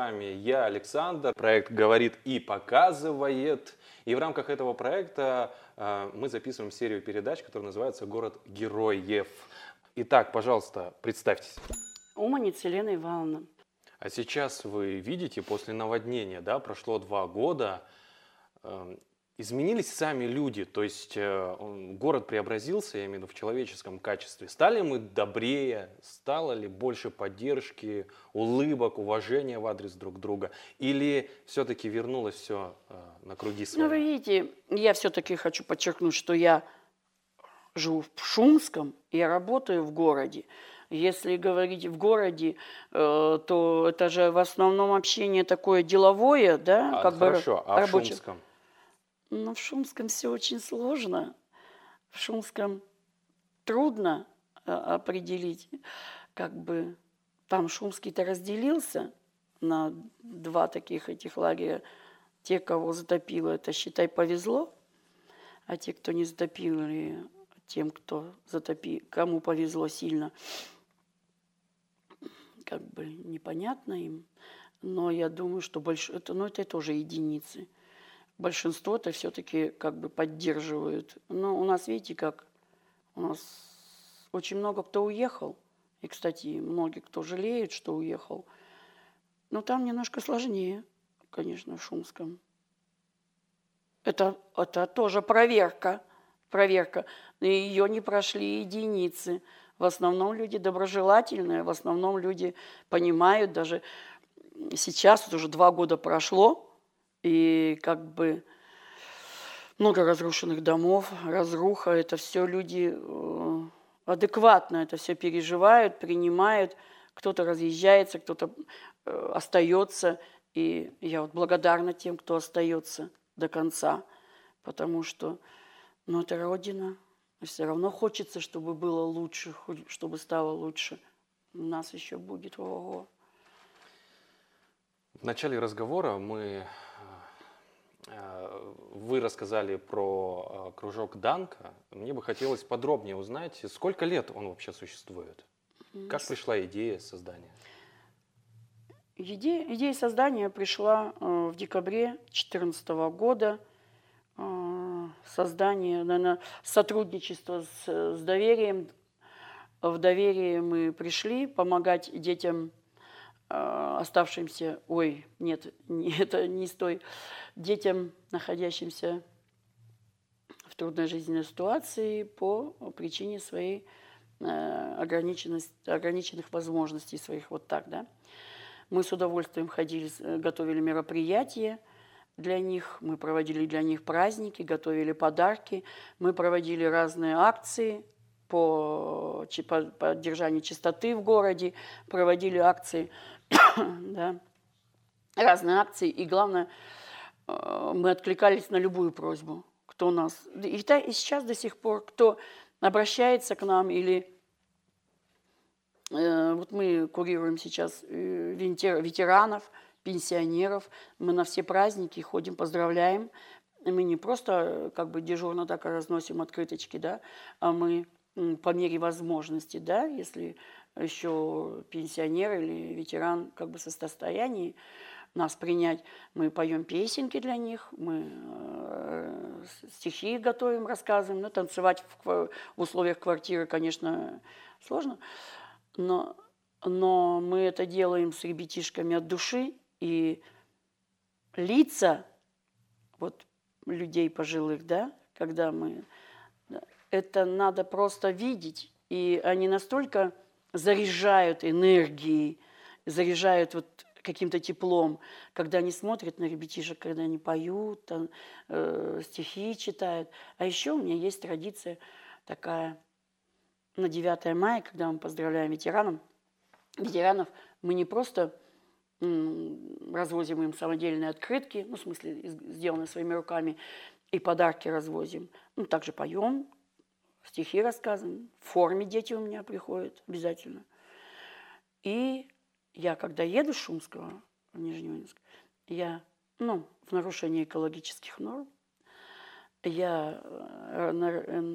вами я, Александр. Проект «Говорит и показывает». И в рамках этого проекта мы записываем серию передач, которая называется «Город героев». Итак, пожалуйста, представьтесь. Уманиц Елена Ивановна. А сейчас вы видите, после наводнения, да, прошло 2 года, изменились сами люди, то есть город преобразился, я имею в виду в человеческом качестве. Стали мы добрее, стало ли больше поддержки, улыбок, уважения в адрес друг друга? Или все-таки вернулось все на круги своя? Ну, вы видите, я все-таки хочу подчеркнуть, что я живу в Шумском, я работаю в городе. Если говорить в городе, то это же в основном общение такое деловое, да? Хорошо, а в рабочее. Шумском? Ну, в Шумском все очень сложно. В Шумском трудно определить, там Шумский-то разделился на 2 таких этих лагеря. Те, кого затопило, это, считай, повезло, а те, кто не затопил, или тем, кто затопил, кому повезло сильно, непонятно им. Но я думаю, что это тоже единицы. Большинство-то все-таки поддерживают. Но у нас, видите, у нас очень много кто уехал. И, кстати, многие, кто жалеют, что уехал. Но там немножко сложнее, конечно, в Шумском. Это тоже проверка. И ее не прошли единицы. В основном люди доброжелательные, в основном люди понимают. Даже сейчас, уже 2 года прошло, и много разрушенных домов, разруха. Это все люди адекватно это все переживают, принимают. Кто-то разъезжается, кто-то остается. И я благодарна тем, кто остается до конца. Потому что, это Родина. Все равно хочется, чтобы было лучше, чтобы стало лучше. У нас еще будет. Ого. В начале разговора вы рассказали про кружок Данка. Мне бы хотелось подробнее узнать, сколько лет он вообще существует? Как пришла идея создания? Идея создания пришла в декабре 2014 года. Создание, наверное, сотрудничество с доверием. В доверие мы пришли помогать детям, оставшимся, детям, находящимся в трудной жизненной ситуации по причине своей ограниченных возможностей своих, да. Мы с удовольствием готовили мероприятия для них, мы проводили для них праздники, готовили подарки, мы проводили разные акции по поддержанию чистоты в городе, проводили акции, да, разные акции, и главное, мы откликались на любую просьбу, кто нас... И сейчас до сих пор, кто обращается к нам, или... мы курируем сейчас ветеранов, пенсионеров, мы на все праздники ходим, поздравляем. Мы не просто дежурно так разносим открыточки, да, а мы по мере возможности, да, если еще пенсионер или ветеран в состоянии нас принять, мы поем песенки для них, мы стихи готовим, рассказываем, но танцевать в условиях квартиры, конечно, сложно, но мы это делаем с ребятишками от души, и лица людей пожилых, да, когда это надо просто видеть, и они настолько заряжают энергией, заряжают каким-то теплом, когда они смотрят на ребятишек, когда они поют, стихи читают. А еще у меня есть традиция такая, на 9 мая, когда мы поздравляем ветеранов, мы не просто развозим им самодельные открытки, в смысле, сделанные своими руками, и подарки развозим. Также поем, стихи рассказываем. В форме дети у меня приходят обязательно. И я, когда еду с Шумского в Нижневинск, я, в нарушении экологических норм, я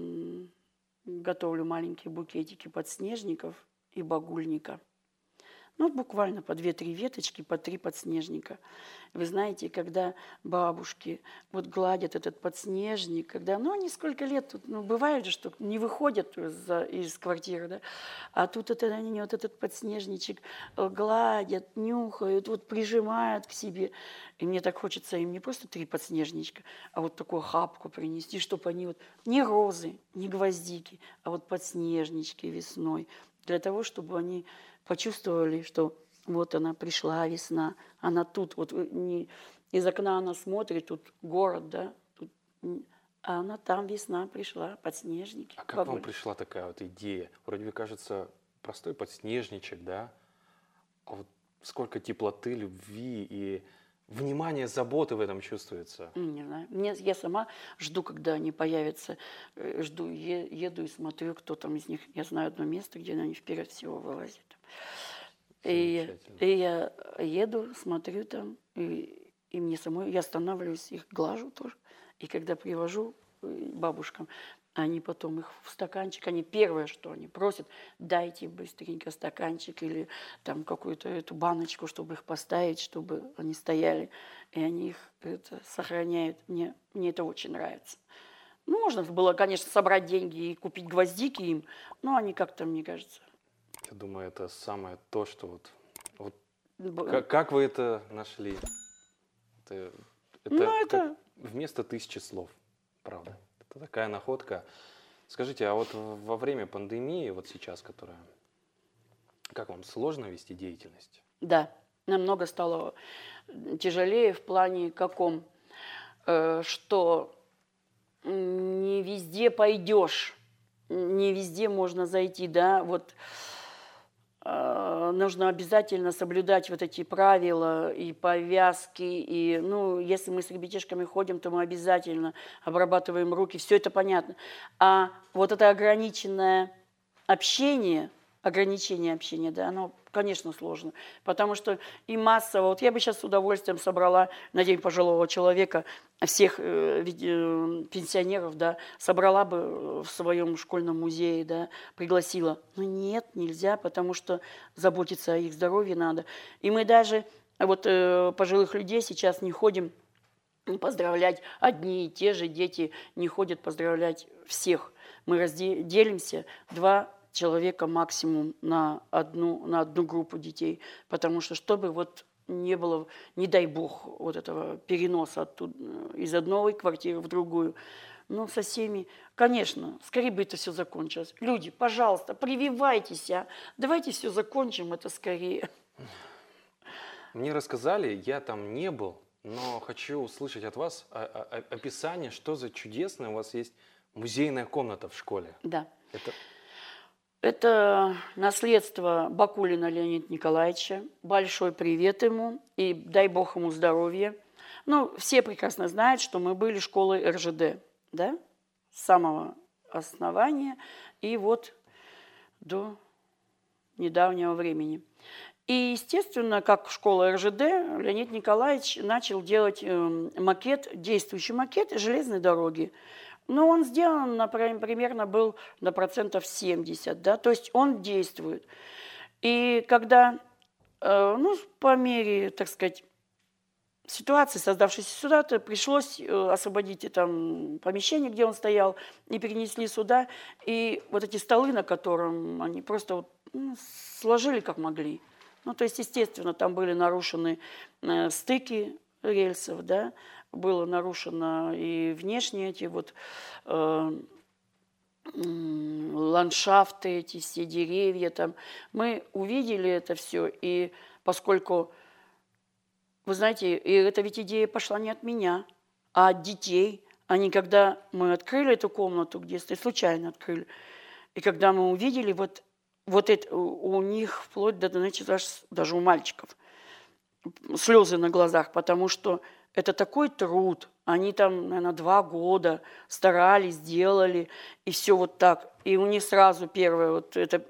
готовлю маленькие букетики подснежников и багульника. Ну, буквально по 2-3 веточки, по 3 подснежника. Вы знаете, когда бабушки вот гладят этот подснежник, когда, ну, они сколько лет тут, ну, бывает же, что не выходят из квартиры, да, а тут это, они вот этот подснежничек гладят, нюхают, вот прижимают к себе. И мне так хочется им не просто 3 подснежничка, а вот такую хапку принести, чтобы они вот не розы, не гвоздики, а вот подснежнички весной, для того, чтобы они почувствовали, что вот она пришла весна, она тут, вот не, из окна она смотрит, тут город, да, тут, а она там весна пришла, подснежники. А как вам пришла такая вот идея? Вроде бы кажется, простой подснежничек, да? А вот сколько теплоты, любви и внимания, заботы в этом чувствуется. Не знаю. Я сама жду, когда они появятся, жду, еду и смотрю, кто там из них. Я знаю одно место, где они вперед всего вылазят. И я еду, смотрю там, и мне самой, я останавливаюсь, их глажу тоже. И когда привожу бабушкам, они потом их в стаканчик, они первое, что они просят, дайте быстренько стаканчик или там какую-то эту баночку, чтобы их поставить, чтобы они стояли. И они их это сохраняют. Мне это очень нравится. Ну, можно было, конечно, собрать деньги и купить гвоздики им, но они как-то, мне кажется... Я думаю, это самое то, что как вы это нашли? Это вместо 1000 слов, правда. Это такая находка. Скажите, а вот во время пандемии, вот сейчас, которая, как вам, сложно вести деятельность? Да, намного стало тяжелее в плане каком, что не везде пойдешь, не везде можно зайти, да, вот нужно обязательно соблюдать вот эти правила и повязки, и, ну, если мы с ребятишками ходим, то мы обязательно обрабатываем руки, все это понятно. А вот это ограничение общения, да, оно, конечно, сложно, потому что и массово, вот я бы сейчас с удовольствием собрала на День пожилого человека всех пенсионеров, да, собрала бы в своем школьном музее, да, пригласила. Но нет, нельзя, потому что заботиться о их здоровье надо. И мы даже вот пожилых людей сейчас не ходим поздравлять, одни и те же дети не ходят поздравлять всех. Мы делимся 2 человека максимум на одну группу детей, потому что чтобы вот не было, не дай бог, вот этого переноса оттуда, из одной квартиры в другую. Ну, со всеми, конечно, скорее бы это все закончилось. Люди, пожалуйста, прививайтесь, давайте все закончим это скорее. Мне рассказали, я там не был, но хочу услышать от вас описание, что за чудесная у вас есть музейная комната в школе. Да. Это наследство Бакулина Леонида Николаевича. Большой привет ему и дай бог ему здоровья. Ну, все прекрасно знают, что мы были школой РЖД, да, с самого основания и вот до недавнего времени. И, естественно, как школа РЖД, Леонид Николаевич начал делать макет, действующий макет железной дороги. Но он сделан, примерно был на 70%, да, то есть он действует. И когда, ну, по мере, так сказать, ситуации, создавшейся сюда, пришлось освободить там помещение, где он стоял, и перенесли сюда. И вот эти столы, на котором они просто вот, сложили как могли. Ну, то есть, естественно, там были нарушены стыки рельсов, да, было нарушено и внешние эти вот ландшафты, эти все деревья там. Мы увидели это все, и поскольку, вы знаете, и эта ведь идея пошла не от меня, а от детей. Они, когда мы открыли эту комнату, где случайно открыли, и когда мы увидели вот это, у них вплоть до, значит, даже у мальчиков слезы на глазах, потому что это такой труд. Они там, наверное, 2 года старались, делали, и все вот так. И у них сразу первое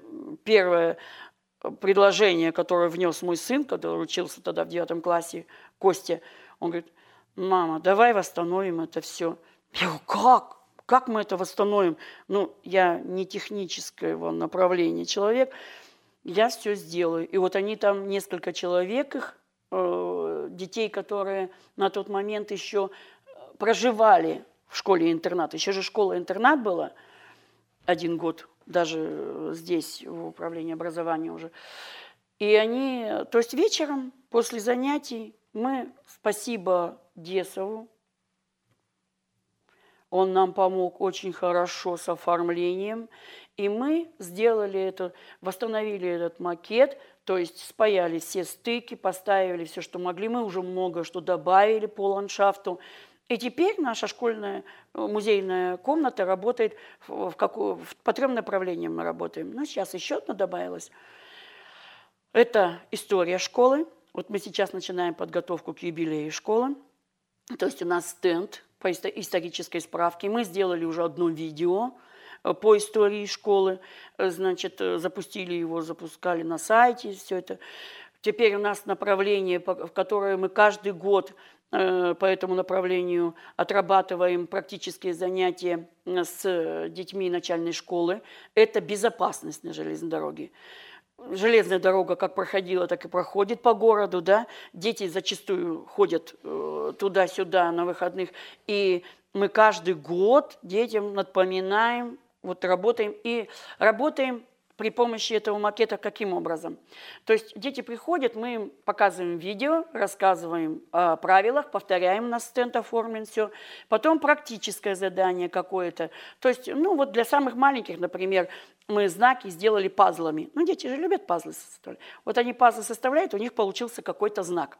предложение, которое внес мой сын, который учился тогда в 9 классе, Костя, он говорит: мама, давай восстановим это все. Я говорю: как? Как мы это восстановим? Ну, я не технического направления человек. я все сделаю. И вот они там, несколько человек их, детей, которые на тот момент еще проживали в школе-интернат. Еще же школа-интернат была 1 год, даже здесь, в управлении образования уже. И они, то есть вечером после занятий мы, спасибо Десову, он нам помог очень хорошо с оформлением, и мы сделали это, восстановили этот макет, то есть спаяли все стыки, поставили все, что могли. Мы уже много что добавили по ландшафту. И теперь наша школьная музейная комната работает по 3 направлениям мы работаем. Ну, сейчас еще одна добавилась. Это история школы. Вот мы сейчас начинаем подготовку к юбилею школы. То есть у нас стенд по исторической справке. Мы сделали уже одно видео по истории школы. Значит, запустили его, запускали на сайте, все это. Теперь у нас направление, в которое мы каждый год по этому направлению отрабатываем практические занятия с детьми начальной школы. Это безопасность на железной дороге. Железная дорога как проходила, так и проходит по городу, да. Дети зачастую ходят туда-сюда на выходных. И мы каждый год детям напоминаем, вот работаем. И работаем при помощи этого макета каким образом? То есть дети приходят, мы им показываем видео, рассказываем о правилах, повторяем, на стенд оформлен все. Потом практическое задание какое-то. То есть, ну вот для самых маленьких, например, мы знаки сделали пазлами. Ну, дети же любят пазлы составлять. Вот они пазлы составляют, у них получился какой-то знак.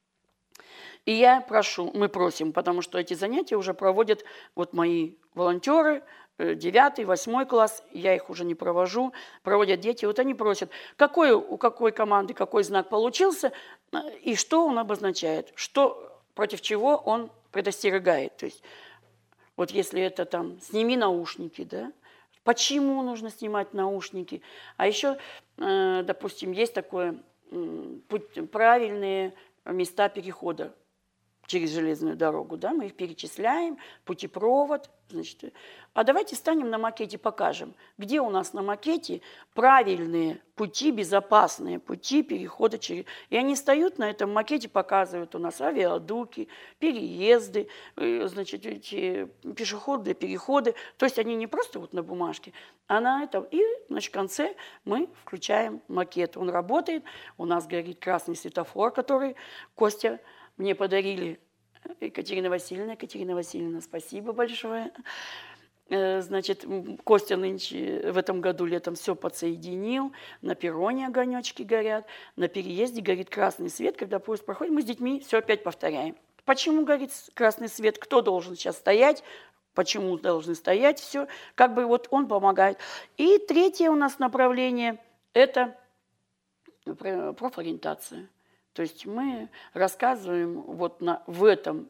И я прошу, мы просим, потому что эти занятия уже проводят вот мои волонтеры, 9, 8 класс, я их уже не провожу, проводят дети. Вот они просят, у какой команды какой знак получился и что он обозначает, что, против чего он предостерегает. То есть вот если это там «сними наушники», да, почему нужно снимать наушники? А еще, допустим, есть такое правильные места перехода через железную дорогу, да, мы их перечисляем, путепровод, значит. А давайте станем на макете, покажем, где у нас на макете правильные пути, безопасные пути перехода через... И они встают на этом макете, показывают у нас авиадуки, переезды, значит, эти пешеходные переходы. То есть они не просто вот на бумажке, а на этом. И, значит, в конце мы включаем макет. Он работает, у нас горит красный светофор, который Костя мне подарили Екатерина Васильевна, спасибо большое. Значит, Костя нынче в этом году летом все подсоединил. На перроне огонечки горят, на переезде горит красный свет. Когда поезд проходит, мы с детьми все опять повторяем. Почему горит красный свет? Кто должен сейчас стоять? Почему должны стоять? Все. Как бы вот он помогает. И третье у нас направление – это профориентация. То есть мы рассказываем вот в этом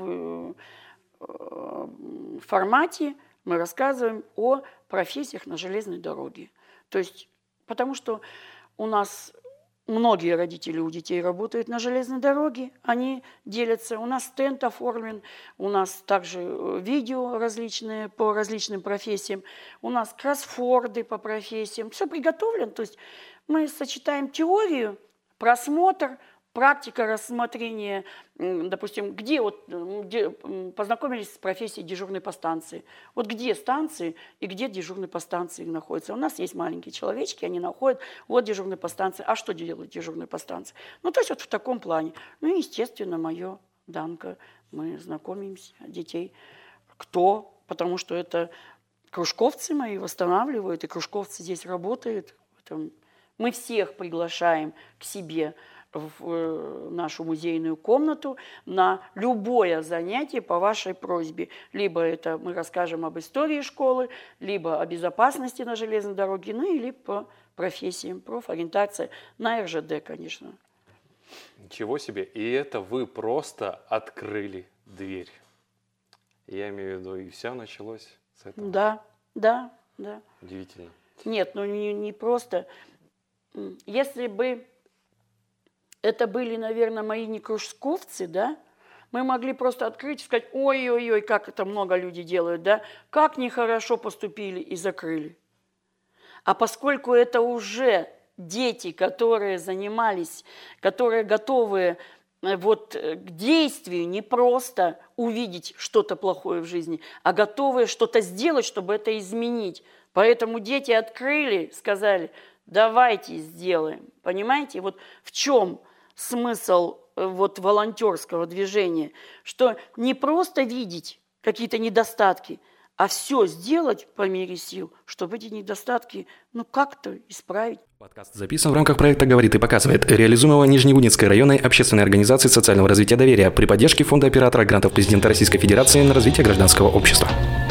формате, мы рассказываем о профессиях на железной дороге. То есть, потому что у нас многие родители у детей работают на железной дороге, они делятся, у нас стенд оформлен, у нас также видео различные по различным профессиям, у нас кроссворды по профессиям, все приготовлено. То есть мы сочетаем теорию, просмотр, практика рассмотрения, допустим, где познакомились с профессией дежурной по станции. Вот где станции и где дежурные по станции находятся. У нас есть маленькие человечки, они находят, вот дежурные по станции. А что делают дежурные по станции? Ну, то есть вот в таком плане. Ну, и, естественно, мое Данка. Мы знакомимся, детей. Кто? Потому что это кружковцы мои восстанавливают, и кружковцы здесь работают. Мы всех приглашаем к себе в нашу музейную комнату на любое занятие по вашей просьбе. Либо это мы расскажем об истории школы, либо о безопасности на железной дороге, ну или по профессиям, профориентация на РЖД, конечно. Ничего себе. И это вы просто открыли дверь. Я имею в виду, и все началось с этого. Да. Удивительно. Нет, ну не просто. Если бы это были, наверное, мои не кружковцы, да, мы могли просто открыть и сказать, ой-ой-ой, как это много людей делают, да, как нехорошо поступили и закрыли. А поскольку это уже дети, которые занимались, которые готовы вот к действию, не просто увидеть что-то плохое в жизни, а готовы что-то сделать, чтобы это изменить. Поэтому дети открыли, сказали, давайте сделаем. Понимаете, вот в чем смысл вот волонтерского движения, что не просто видеть какие-то недостатки, а все сделать по мере сил, чтобы эти недостатки, как-то исправить. Подкаст записан в рамках проекта «Говорит и показывает», реализуемого Нижневудинской районной общественной организацией социального развития «Доверия» при поддержке Фонда оператора грантов президента Российской Федерации на развитие гражданского общества.